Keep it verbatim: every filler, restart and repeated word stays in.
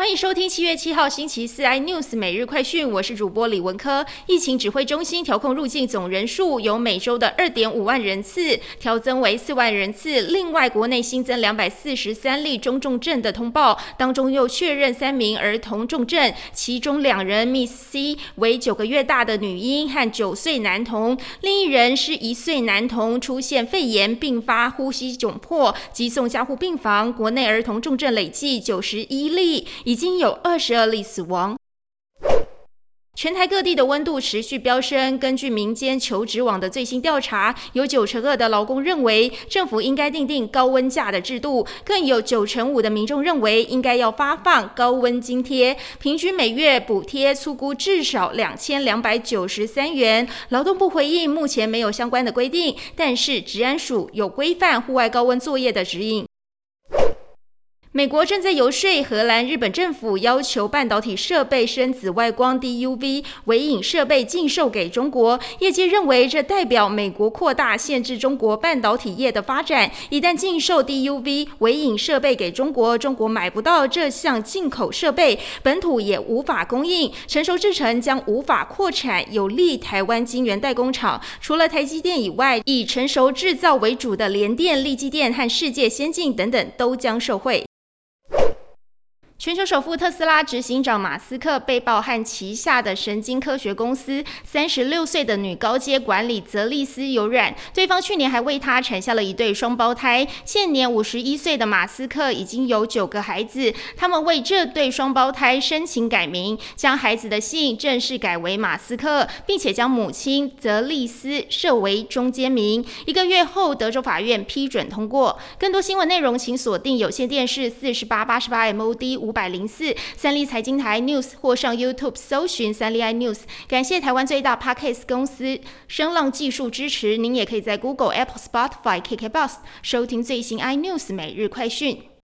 欢迎收听七月七号星期四 iNews 每日快讯，我是主播李文科。疫情指挥中心调控入境总人数由每周的 二点五万人次调增为四万人次。另外，国内新增两百四十三例中重症的通报，当中又确认三名儿童重症，其中两人 Miss C 为九个月大的女婴和九岁男童，另一人是一岁男童出现肺炎并发呼吸窘迫，急送加护病房。国内儿童重症累计九十一例。已经有二十二例死亡。全台各地的温度持续飙升，根据民间求职网的最新调查，有九成二的劳工认为政府应该订定高温假的制度，更有九成五的民众认为应该要发放高温津贴，平均每月补贴粗估至少两千两百九十三元。劳动部回应，目前没有相关的规定，但是职安署有规范户外高温作业的指引。美国正在游说荷兰、日本政府要求半导体设备深紫外光 D U V 微影设备禁售给中国。业界认为，这代表美国扩大限制中国半导体业的发展。一旦禁售 D U V 微影设备给中国，中国买不到这项进口设备，本土也无法供应，成熟制程将无法扩产，有利台湾晶圆代工厂。除了台积电以外，以成熟制造为主的联电、力积电和世界先进等等都将受惠。全球首富特斯拉执行长马斯克被曝和旗下的神经科学公司三十六岁的女高阶管理泽利斯有染，对方去年还为他产下了一对双胞胎。现年五十一岁的马斯克已经有九个孩子，他们为这对双胞胎申请改名，将孩子的姓正式改为马斯克，并且将母亲泽利斯设为中间名。一个月后，德州法院批准通过。更多新闻内容，请锁定有线电视四十八八十八 M O D 五百零四三立财经台 News 或上 YouTube 搜寻三立 iNews。感谢台湾最大 Podcast 公司声浪技术支持。您也可以在 Google、Apple、Spotify、K K B O X 收听最新 iNews 每日快讯。